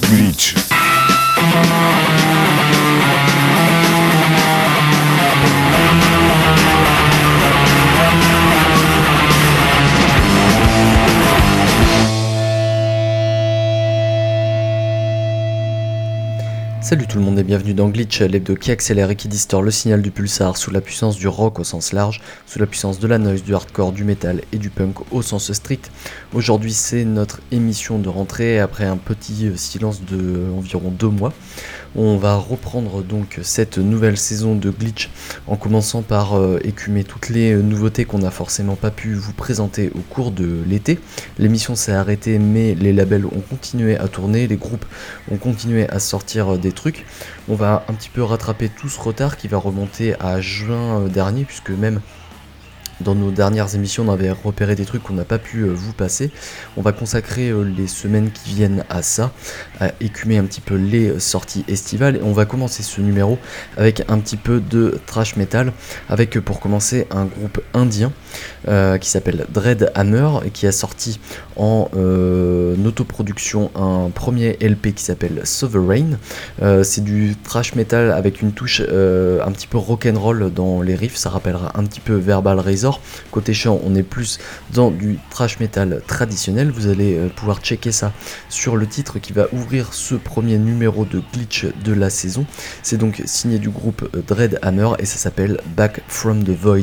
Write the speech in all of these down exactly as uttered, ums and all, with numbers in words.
Glitch. Salut tout le monde et bienvenue dans Glitch, l'hebdo qui accélère et qui distord le signal du pulsar sous la puissance du rock au sens large, sous la puissance de la noise, du hardcore, du metal et du punk au sens strict. Aujourd'hui c'est notre émission de rentrée après un petit silence de environ deux mois. On va reprendre donc cette nouvelle saison de Glitch en commençant par euh, écumer toutes les nouveautés qu'on n'a forcément pas pu vous présenter au cours de l'été. L'émission s'est arrêtée mais les labels ont continué à tourner, les groupes ont continué à sortir des trucs. On va un petit peu rattraper tout ce retard qui va remonter à juin dernier, puisque même dans nos dernières émissions on avait repéré des trucs qu'on n'a pas pu euh, vous passer. On va consacrer euh, les semaines qui viennent à ça, à écumer un petit peu les sorties estivales, et on va commencer ce numéro avec un petit peu de thrash metal, avec pour commencer un groupe indien euh, qui s'appelle Dread Hammer et qui a sorti en euh, autoproduction un premier L P qui s'appelle Sovereign. Euh, c'est du thrash metal avec une touche euh, un petit peu rock'n'roll dans les riffs, ça rappellera un petit peu Verbal Razor. Côté chant, on est plus dans du thrash metal traditionnel. Vous allez euh, pouvoir checker ça sur le titre qui va ouvrir ce premier numéro de Glitch de la saison. C'est donc signé du groupe Dread Hammer et ça s'appelle Back from the Void.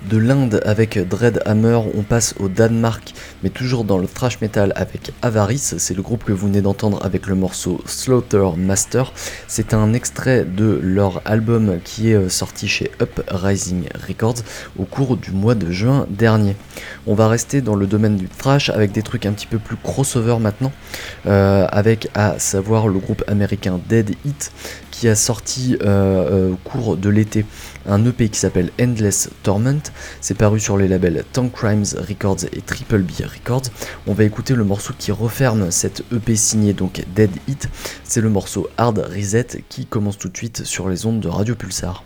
De l'Inde avec Dreadhammer, on passe au Danemark, mais toujours dans le thrash metal avec Avarice. C'est le groupe que vous venez d'entendre avec le morceau Slaughter Master. C'est un extrait de leur album qui est sorti chez Uprising Records au cours du mois de juin dernier. On va rester dans le domaine du thrash avec des trucs un petit peu plus crossover maintenant, euh, avec à savoir le groupe américain Dead Heat qui a sorti euh, euh, au cours de l'été un E P qui s'appelle Endless Torment. C'est paru sur les labels Tank Crimes Records et Triple B Records. On va écouter le morceau qui referme cette E P signée donc Dead Heat. C'est le morceau Hard Reset qui commence tout de suite sur les ondes de Radio Pulsar.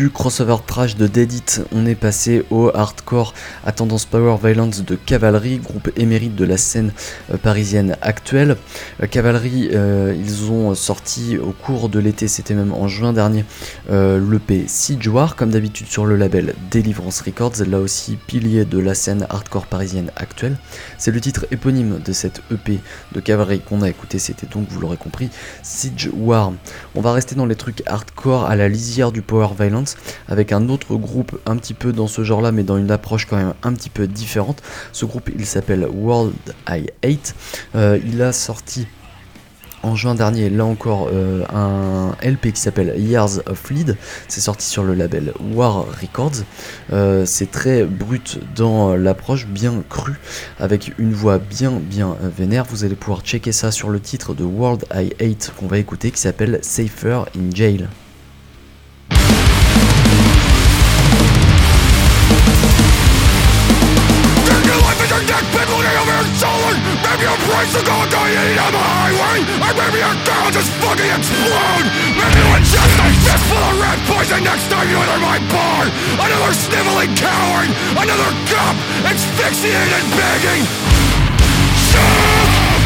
Du crossover trash de Dead It, on est passé au hardcore à tendance power violence de Cavalry, groupe émérite de la scène euh, parisienne actuelle. Euh, Cavalry, euh, ils ont sorti au cours de l'été, c'était même en juin dernier, euh, l'E P Siege War, comme d'habitude sur le label Deliverance Records, là aussi pilier de la scène hardcore parisienne actuelle. C'est le titre éponyme de cette E P de Cavalry qu'on a écouté, c'était donc, vous l'aurez compris, Siege War. On va rester dans les trucs hardcore à la lisière du power violence avec un autre groupe un petit peu dans ce genre là mais dans une approche quand même un petit peu différente. Ce groupe il s'appelle World I Hate, euh, il a sorti en juin dernier, là encore, euh, un L P qui s'appelle Years of Lead. C'est sorti sur le label War Records. Euh, c'est très brut dans l'approche, bien cru, avec une voix bien bien vénère. Vous allez pouvoir checker ça sur le titre de World I Hate qu'on va écouter, qui s'appelle Safer in Jail. Maybe your price will go going on the highway, or maybe your girl just fucking explode. Maybe you ingest a fistful of rat poison next time you enter my bar. Another sniveling coward, another cop, asphyxiated and begging. Shoot!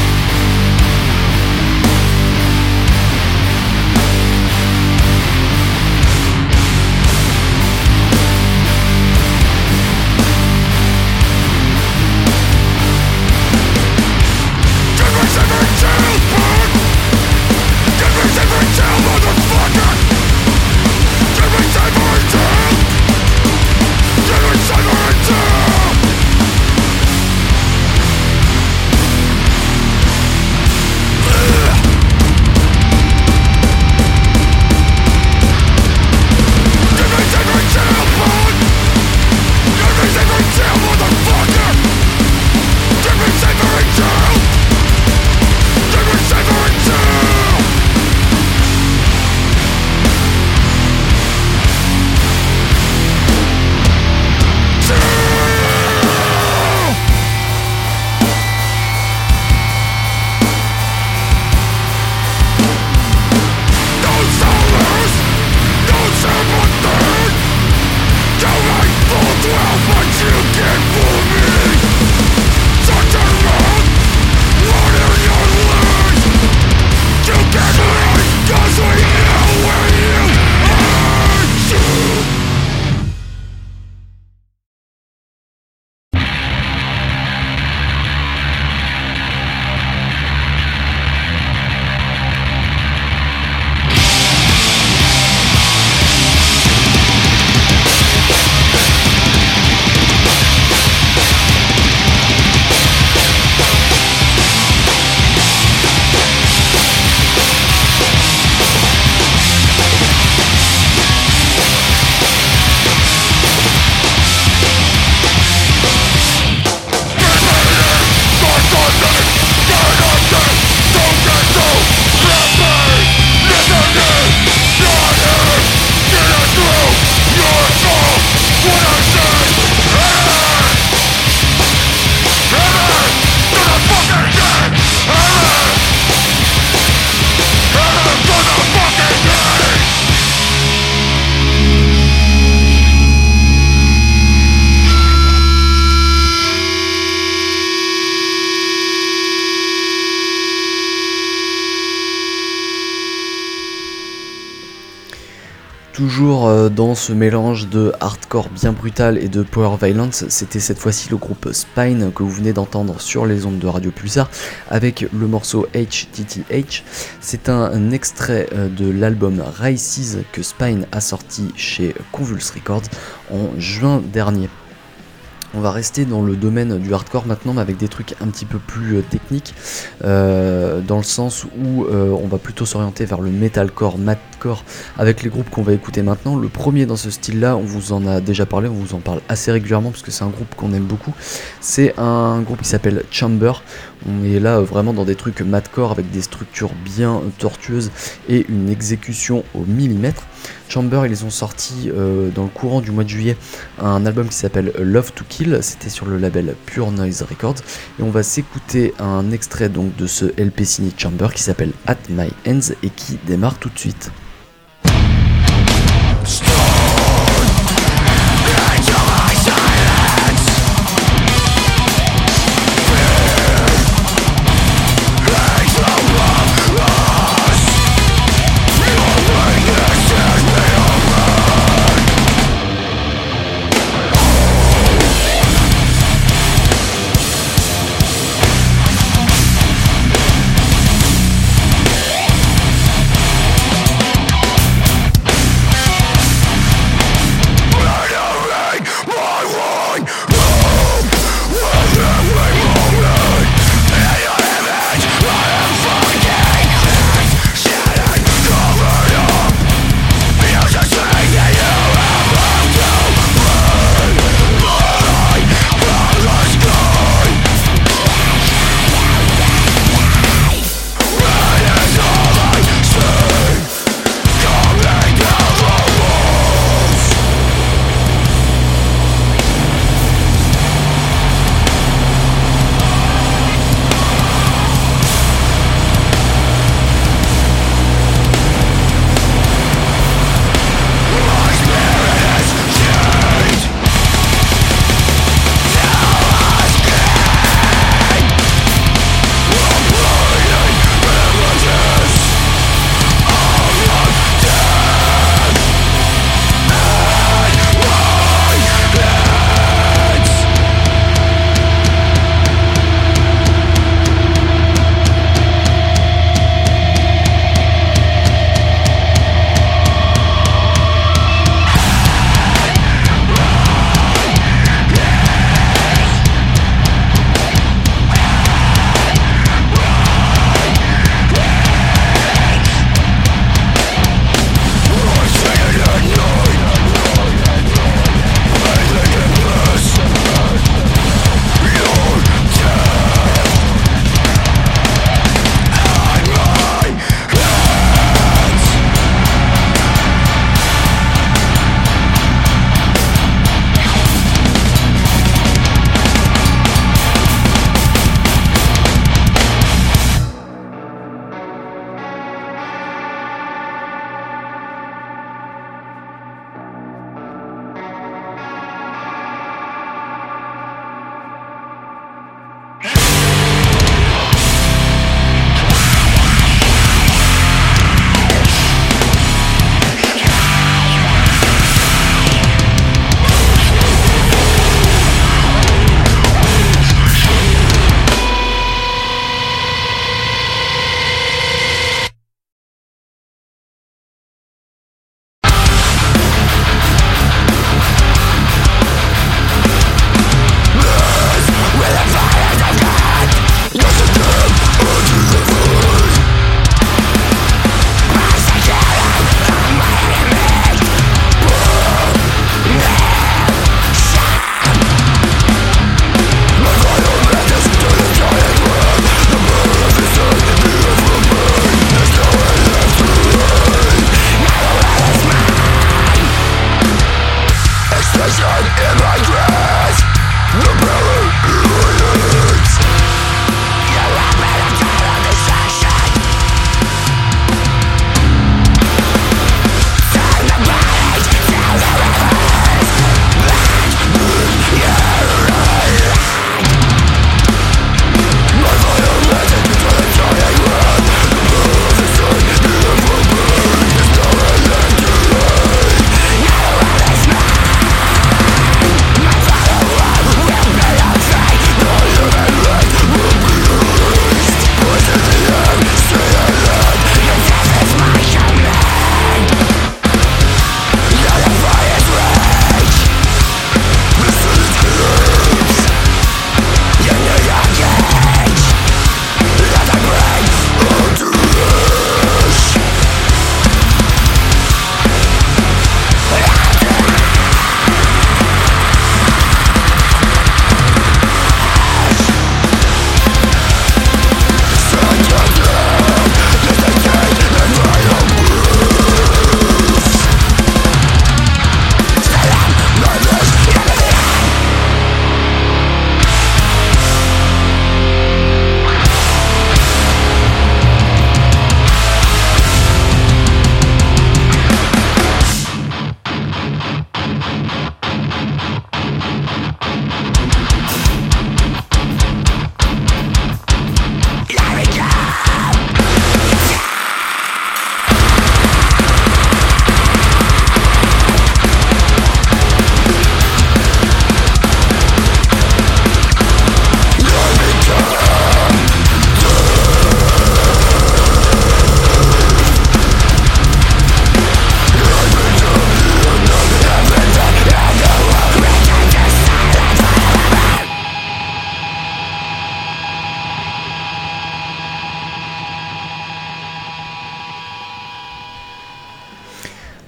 Toujours dans ce mélange de hardcore bien brutal et de power violence, c'était cette fois-ci le groupe Spine que vous venez d'entendre sur les ondes de Radio Pulsar avec le morceau H T T H. C'est un extrait de l'album Races que Spine a sorti chez Convulse Records en juin dernier. On va rester dans le domaine du hardcore maintenant, mais avec des trucs un petit peu plus euh, techniques, euh, dans le sens où euh, on va plutôt s'orienter vers le metalcore, madcore, avec les groupes qu'on va écouter maintenant. Le premier dans ce style-là, on vous en a déjà parlé, on vous en parle assez régulièrement parce que c'est un groupe qu'on aime beaucoup. C'est un groupe qui s'appelle Chamber. On est là euh, vraiment dans des trucs madcore avec des structures bien tortueuses et une exécution au millimètre. Chamber, ils ont sorti euh, dans le courant du mois de juillet un album qui s'appelle Love to Kill, c'était sur le label Pure Noise Records, et on va s'écouter un extrait donc de ce L P signé Chamber qui s'appelle At My Hands et qui démarre tout de suite. Stop!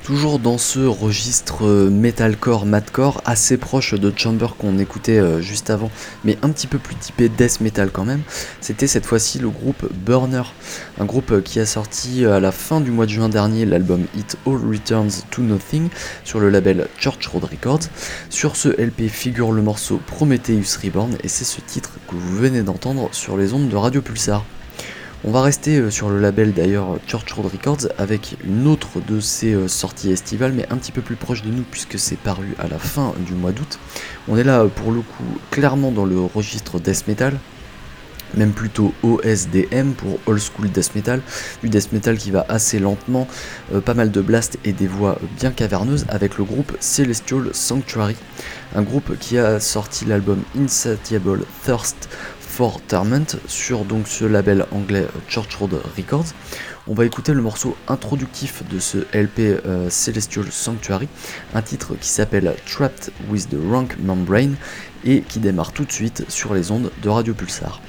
Toujours dans ce registre metalcore, madcore, assez proche de Chamber qu'on écoutait euh, juste avant, mais un petit peu plus typé death metal quand même, c'était cette fois-ci le groupe Burner, un groupe qui a sorti à la fin du mois de juin dernier l'album It All Returns to Nothing sur le label Church Road Records. Sur ce L P figure le morceau Prometheus Reborn et c'est ce titre que vous venez d'entendre sur les ondes de Radio Pulsar. On va rester sur le label d'ailleurs Church Road Records avec une autre de ses sorties estivales mais un petit peu plus proche de nous puisque c'est paru à la fin du mois d'août. On est là pour le coup clairement dans le registre death metal, même plutôt O S D M pour Old School Death Metal, du death metal qui va assez lentement, euh, pas mal de blast et des voix bien caverneuses avec le groupe Celestial Sanctuary, un groupe qui a sorti l'album Insatiable Thirst for Torment sur donc ce label anglais Church Road Records. On va écouter le morceau introductif de ce L P euh, Celestial Sanctuary, un titre qui s'appelle Trapped with the Rank Membrane et qui démarre tout de suite sur les ondes de Radio Pulsar.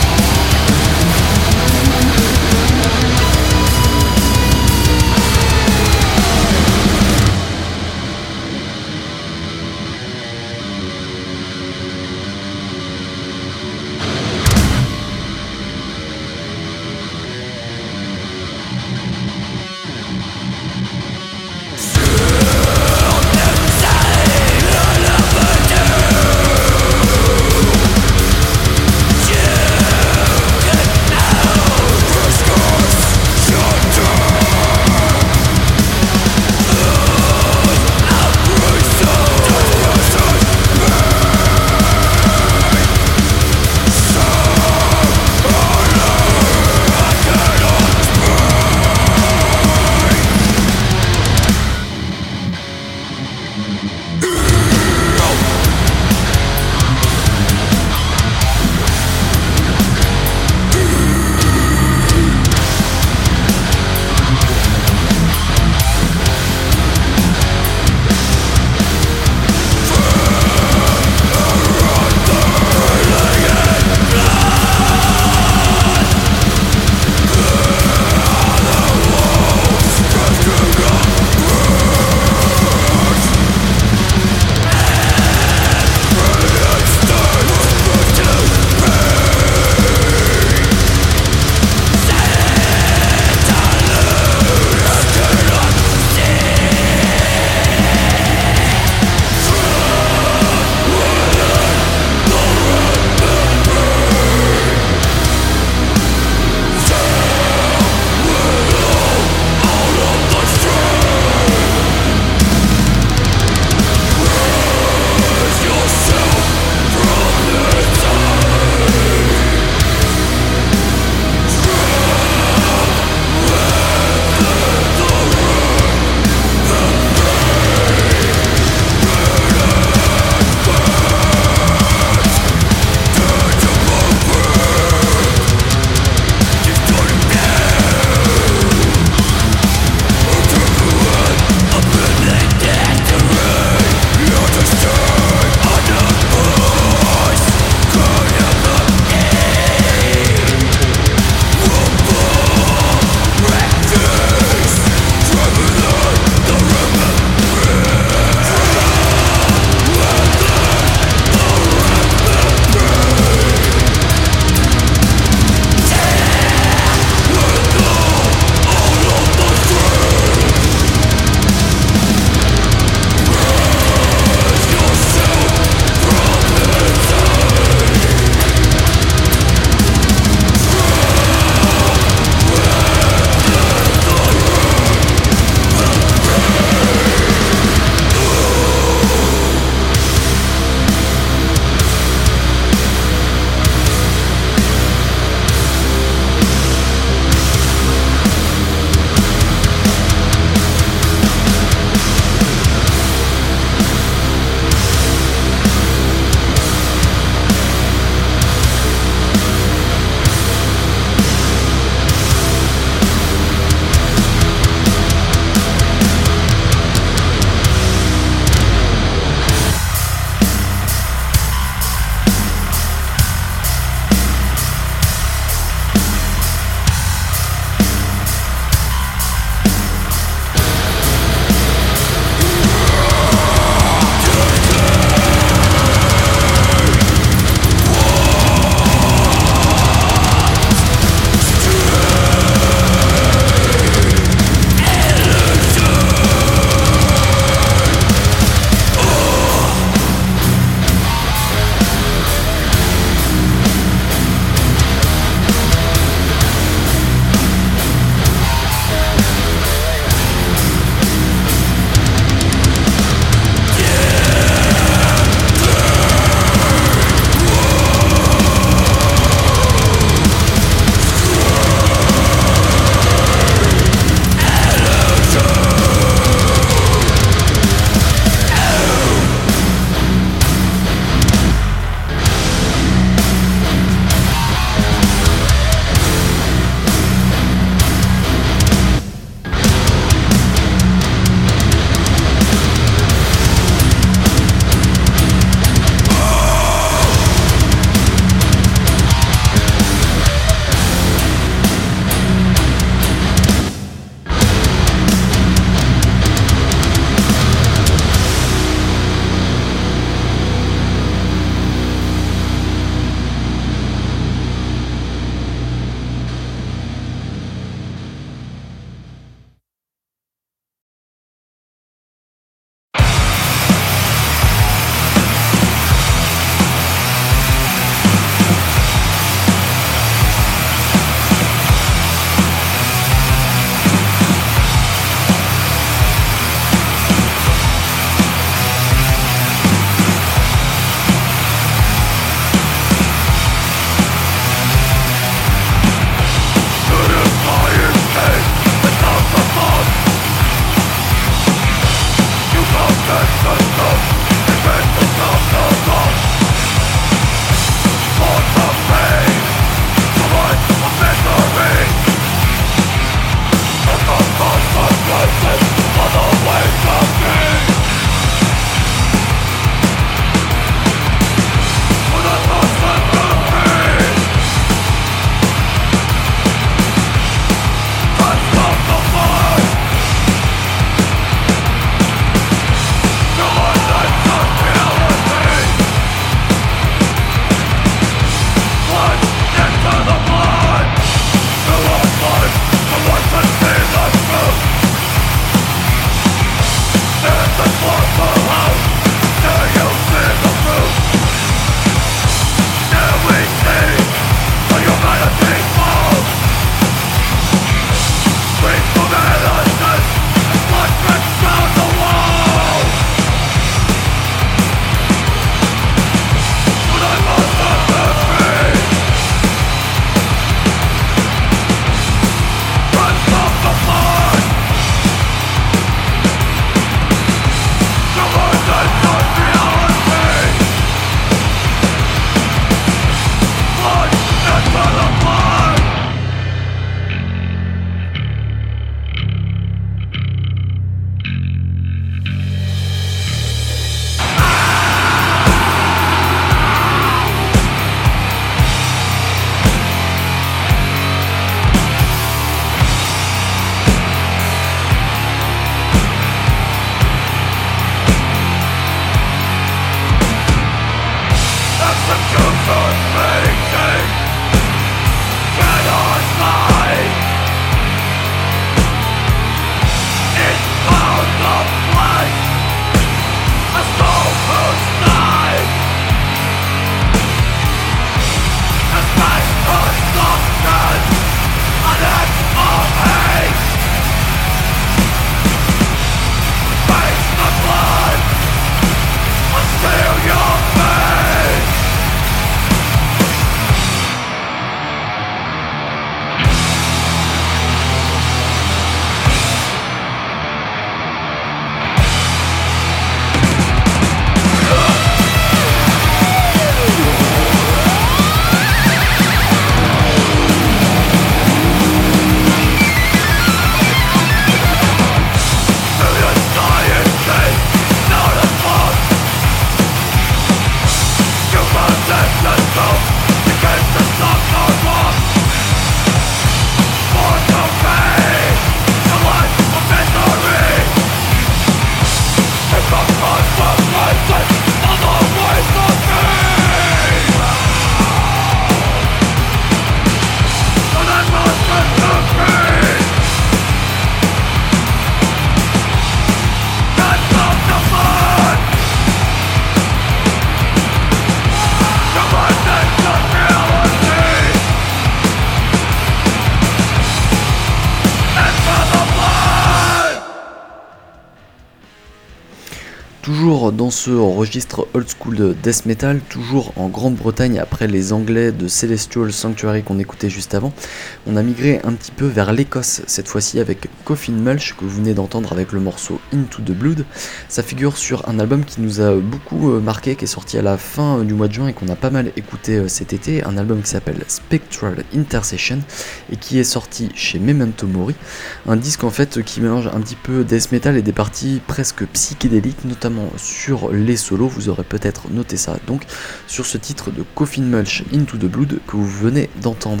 Toujours dans ce registre old school de death metal, toujours en Grande-Bretagne après les Anglais de Celestial Sanctuary qu'on écoutait juste avant, on a migré un petit peu vers l'Écosse, cette fois-ci avec Coffin Mulch que vous venez d'entendre avec le morceau Into the Blood. Ça figure sur un album qui nous a beaucoup marqué, qui est sorti à la fin du mois de juin et qu'on a pas mal écouté cet été, un album qui s'appelle Spectral Intercession et qui est sorti chez Memento Mori, un disque en fait qui mélange un petit peu death metal et des parties presque psychédéliques, notamment sur les solos, vous aurez peut-être noté ça donc sur ce titre de Coffin Mulch Into the Blood que vous venez d'entendre.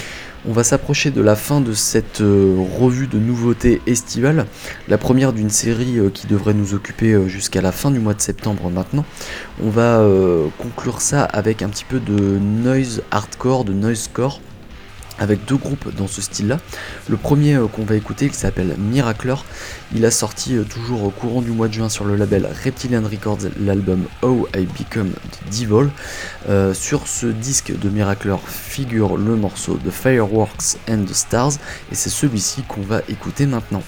On va s'approcher de la fin de cette euh, revue de nouveautés estivales, la première d'une série euh, qui devrait nous occuper euh, jusqu'à la fin du mois de septembre maintenant. On va euh, conclure ça avec un petit peu de noise hardcore, de noisecore, avec deux groupes dans ce style-là. Le premier euh, qu'on va écouter, il s'appelle Miracler. Il a sorti euh, toujours au courant du mois de juin sur le label Reptilian Records l'album How I Become the Devil. Euh, sur ce disque de Miracler figure le morceau The Fireworks and the Stars, et c'est celui-ci qu'on va écouter maintenant.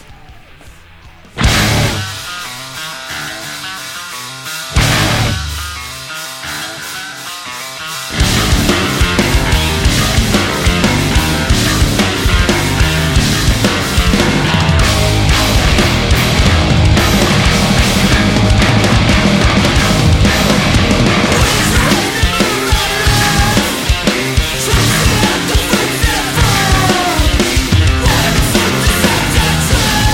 Deception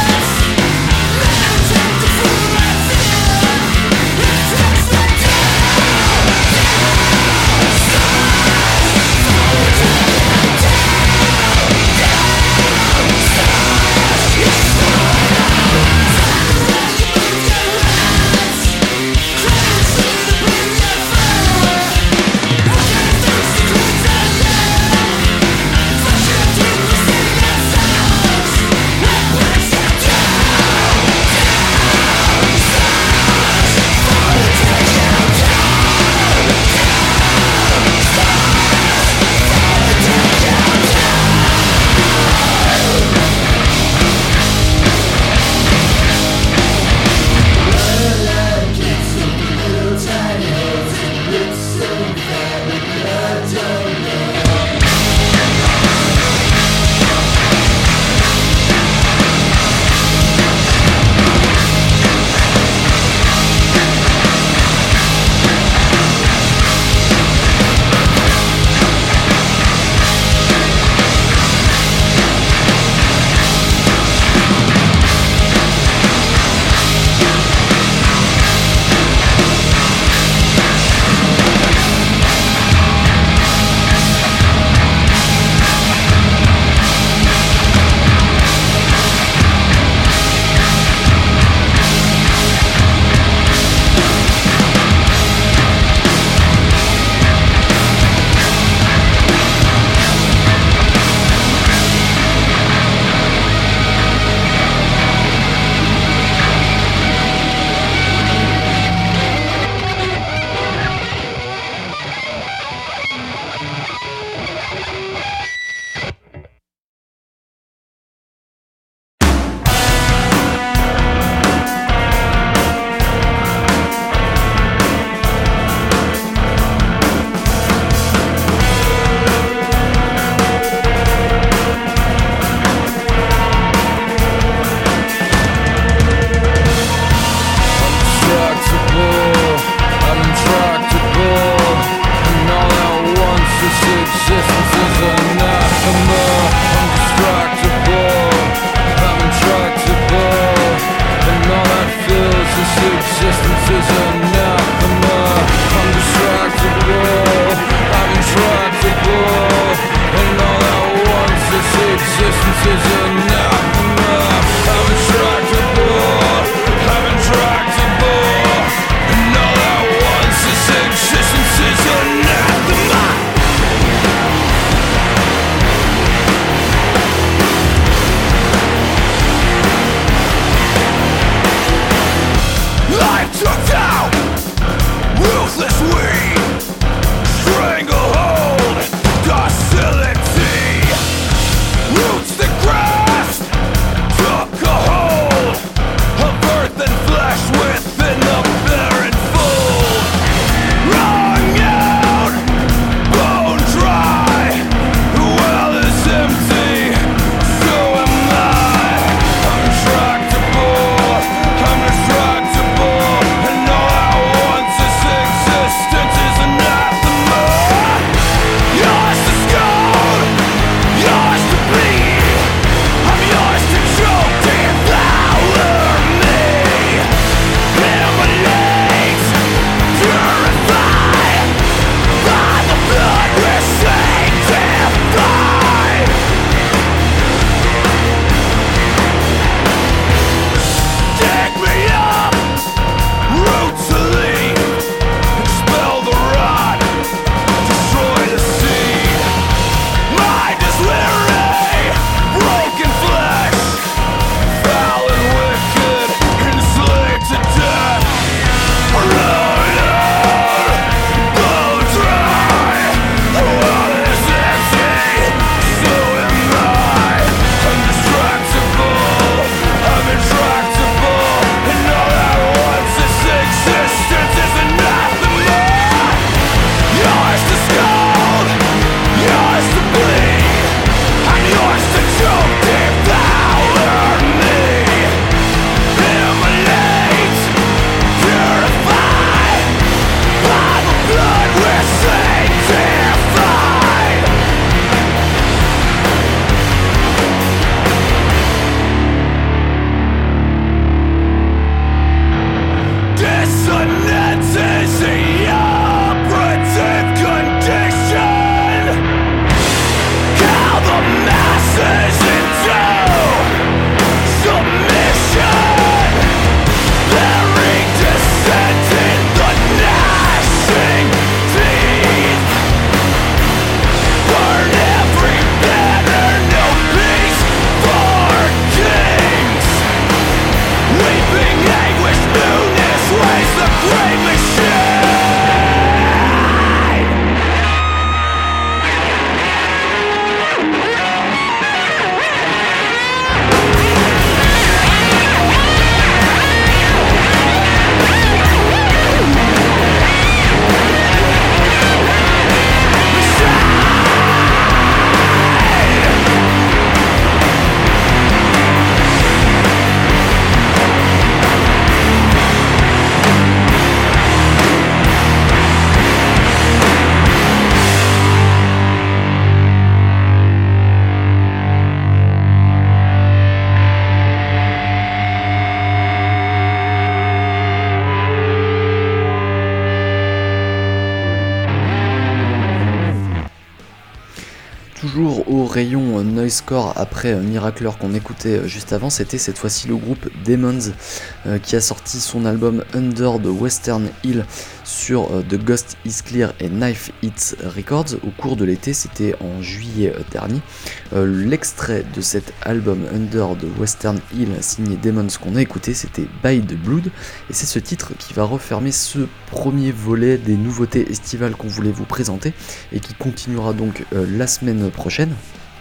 Toujours au rayon noisecore après Miracler qu'on écoutait juste avant, c'était cette fois-ci le groupe Demons euh, qui a sorti son album Under the Western Hill sur euh, The Ghost Is Clear et Knife Hits Records au cours de l'été, c'était en juillet euh, dernier. Euh, l'extrait de cet album Under the Western Hill signé Demons qu'on a écouté, c'était By the Blood, et c'est ce titre qui va refermer ce premier volet des nouveautés estivales qu'on voulait vous présenter et qui continuera donc euh, la semaine prochaine.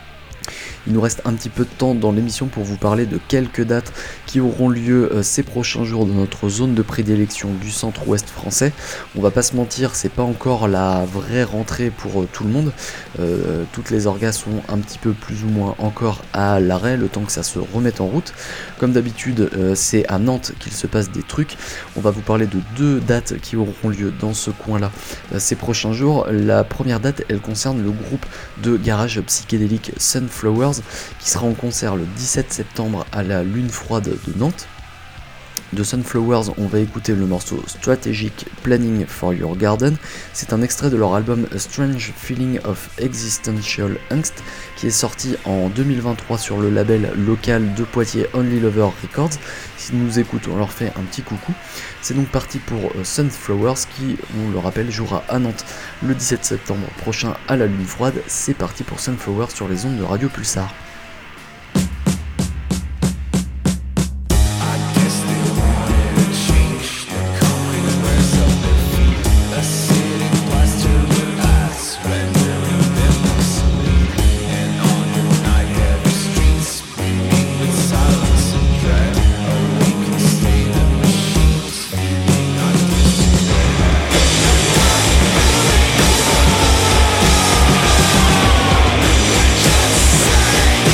Il nous reste un petit peu de temps dans l'émission pour vous parler de quelques dates qui auront lieu euh, ces prochains jours dans notre zone de prédilection du centre-ouest français. On va pas se mentir, c'est pas encore la vraie rentrée pour euh, tout le monde. Euh, toutes les orgas sont un petit peu plus ou moins encore à l'arrêt, le temps que ça se remette en route. Comme d'habitude, euh, c'est à Nantes qu'il se passe des trucs. On va vous parler de deux dates qui auront lieu dans ce coin-là euh, ces prochains jours. La première date, elle concerne le groupe de garage psychédélique Sunflowers, qui sera en concert le dix-sept septembre à la Lune Froide de Nantes. De Sunflowers, on va écouter le morceau Strategic Planning for Your Garden. C'est un extrait de leur album A Strange Feeling of Existential Angst qui est sorti en deux mille vingt-trois sur le label local de Poitiers Only Lover Records. S'ils nous écoutent, on leur fait un petit coucou. C'est donc parti pour Sunflowers qui, on le rappelle, jouera à Nantes le dix-sept septembre prochain à la Lune Froide. C'est parti pour Sunflowers sur les ondes de Radio Pulsar. Say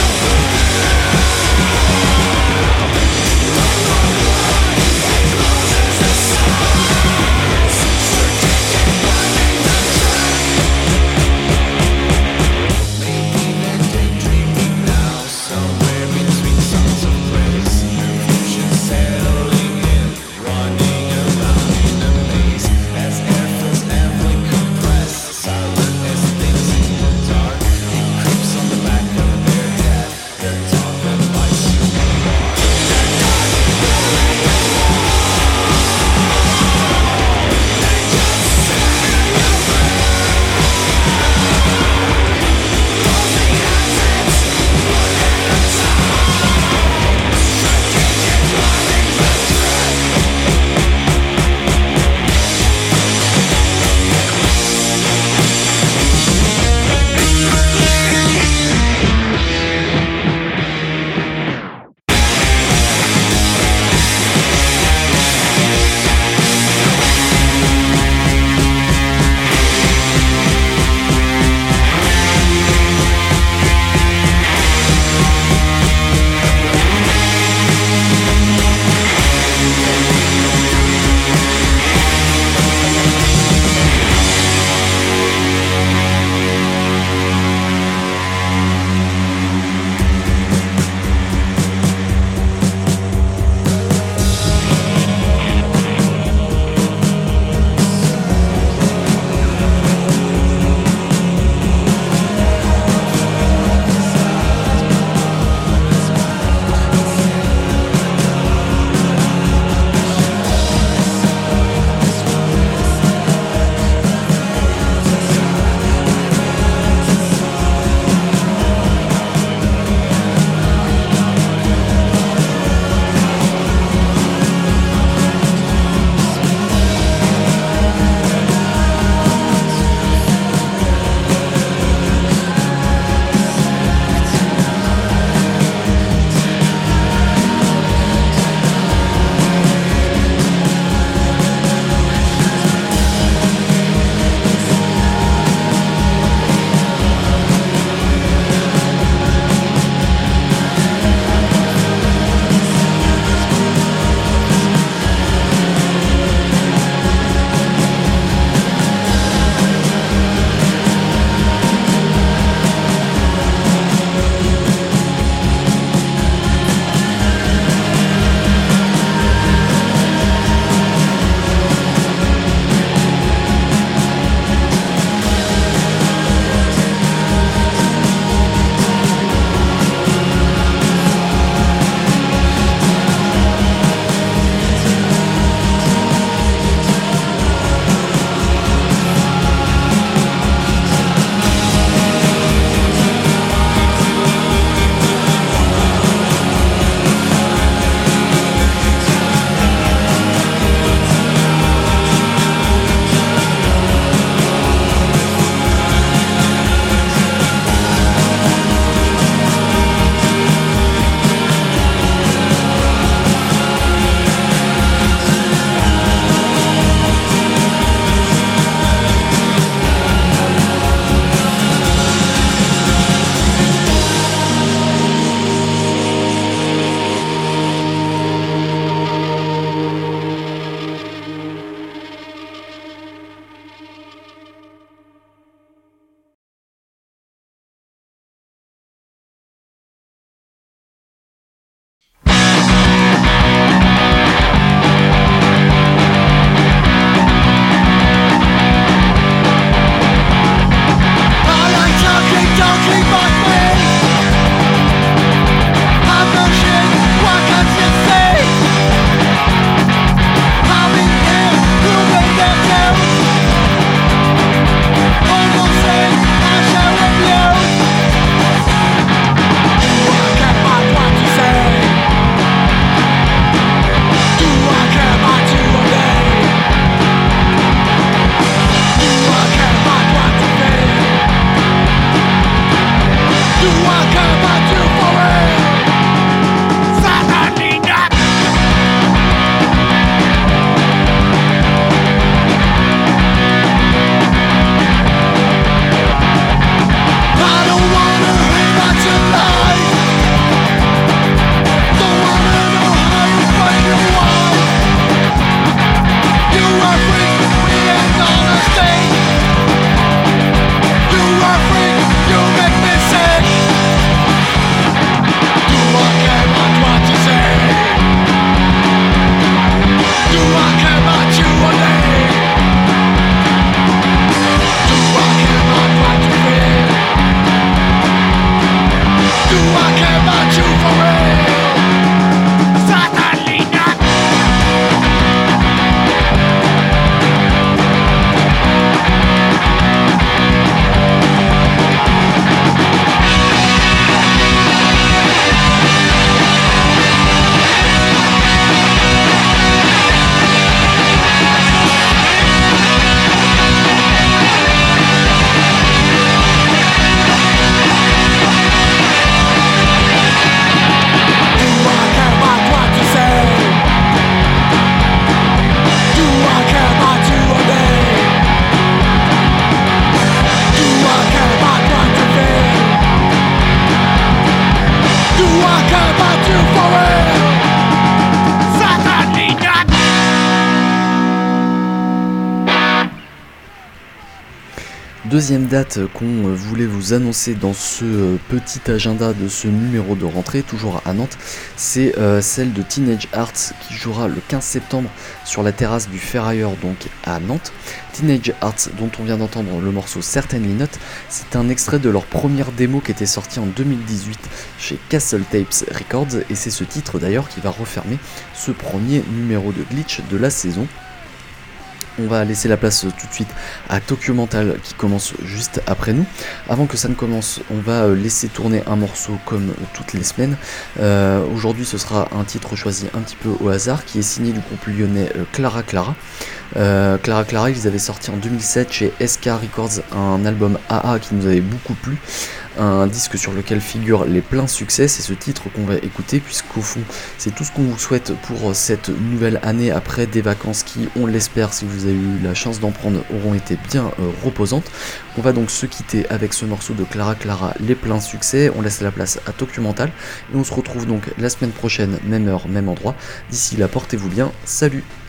deuxième date qu'on voulait vous annoncer dans ce petit agenda de ce numéro de rentrée, toujours à Nantes, c'est euh, celle de Teenage Hearts qui jouera le quinze septembre sur la terrasse du Ferrailleur, donc à Nantes. Teenage Hearts, dont on vient d'entendre le morceau Certainly Not, c'est un extrait de leur première démo qui était sortie en deux mille dix-huit chez Castle Tapes Records, et c'est ce titre d'ailleurs qui va refermer ce premier numéro de Glitch de la saison. On va laisser la place tout de suite à Tokyo Mental qui commence juste après nous. Avant que ça ne commence, on va laisser tourner un morceau comme toutes les semaines. Euh, aujourd'hui ce sera un titre choisi un petit peu au hasard qui est signé du groupe lyonnais Clara Clara. Euh, Clara Clara, ils avaient sorti en deux mille sept chez S K Records un album A A qui nous avait beaucoup plu, un disque sur lequel figurent les pleins succès. C'est ce titre qu'on va écouter, puisqu'au fond c'est tout ce qu'on vous souhaite pour cette nouvelle année, après des vacances qui, on l'espère, si vous avez eu la chance d'en prendre, auront été bien euh, reposantes. On va donc se quitter avec ce morceau de Clara Clara, les pleins succès. On laisse la place à Tokyo Mental et on se retrouve donc la semaine prochaine, même heure, même endroit. D'ici là, portez-vous bien, salut.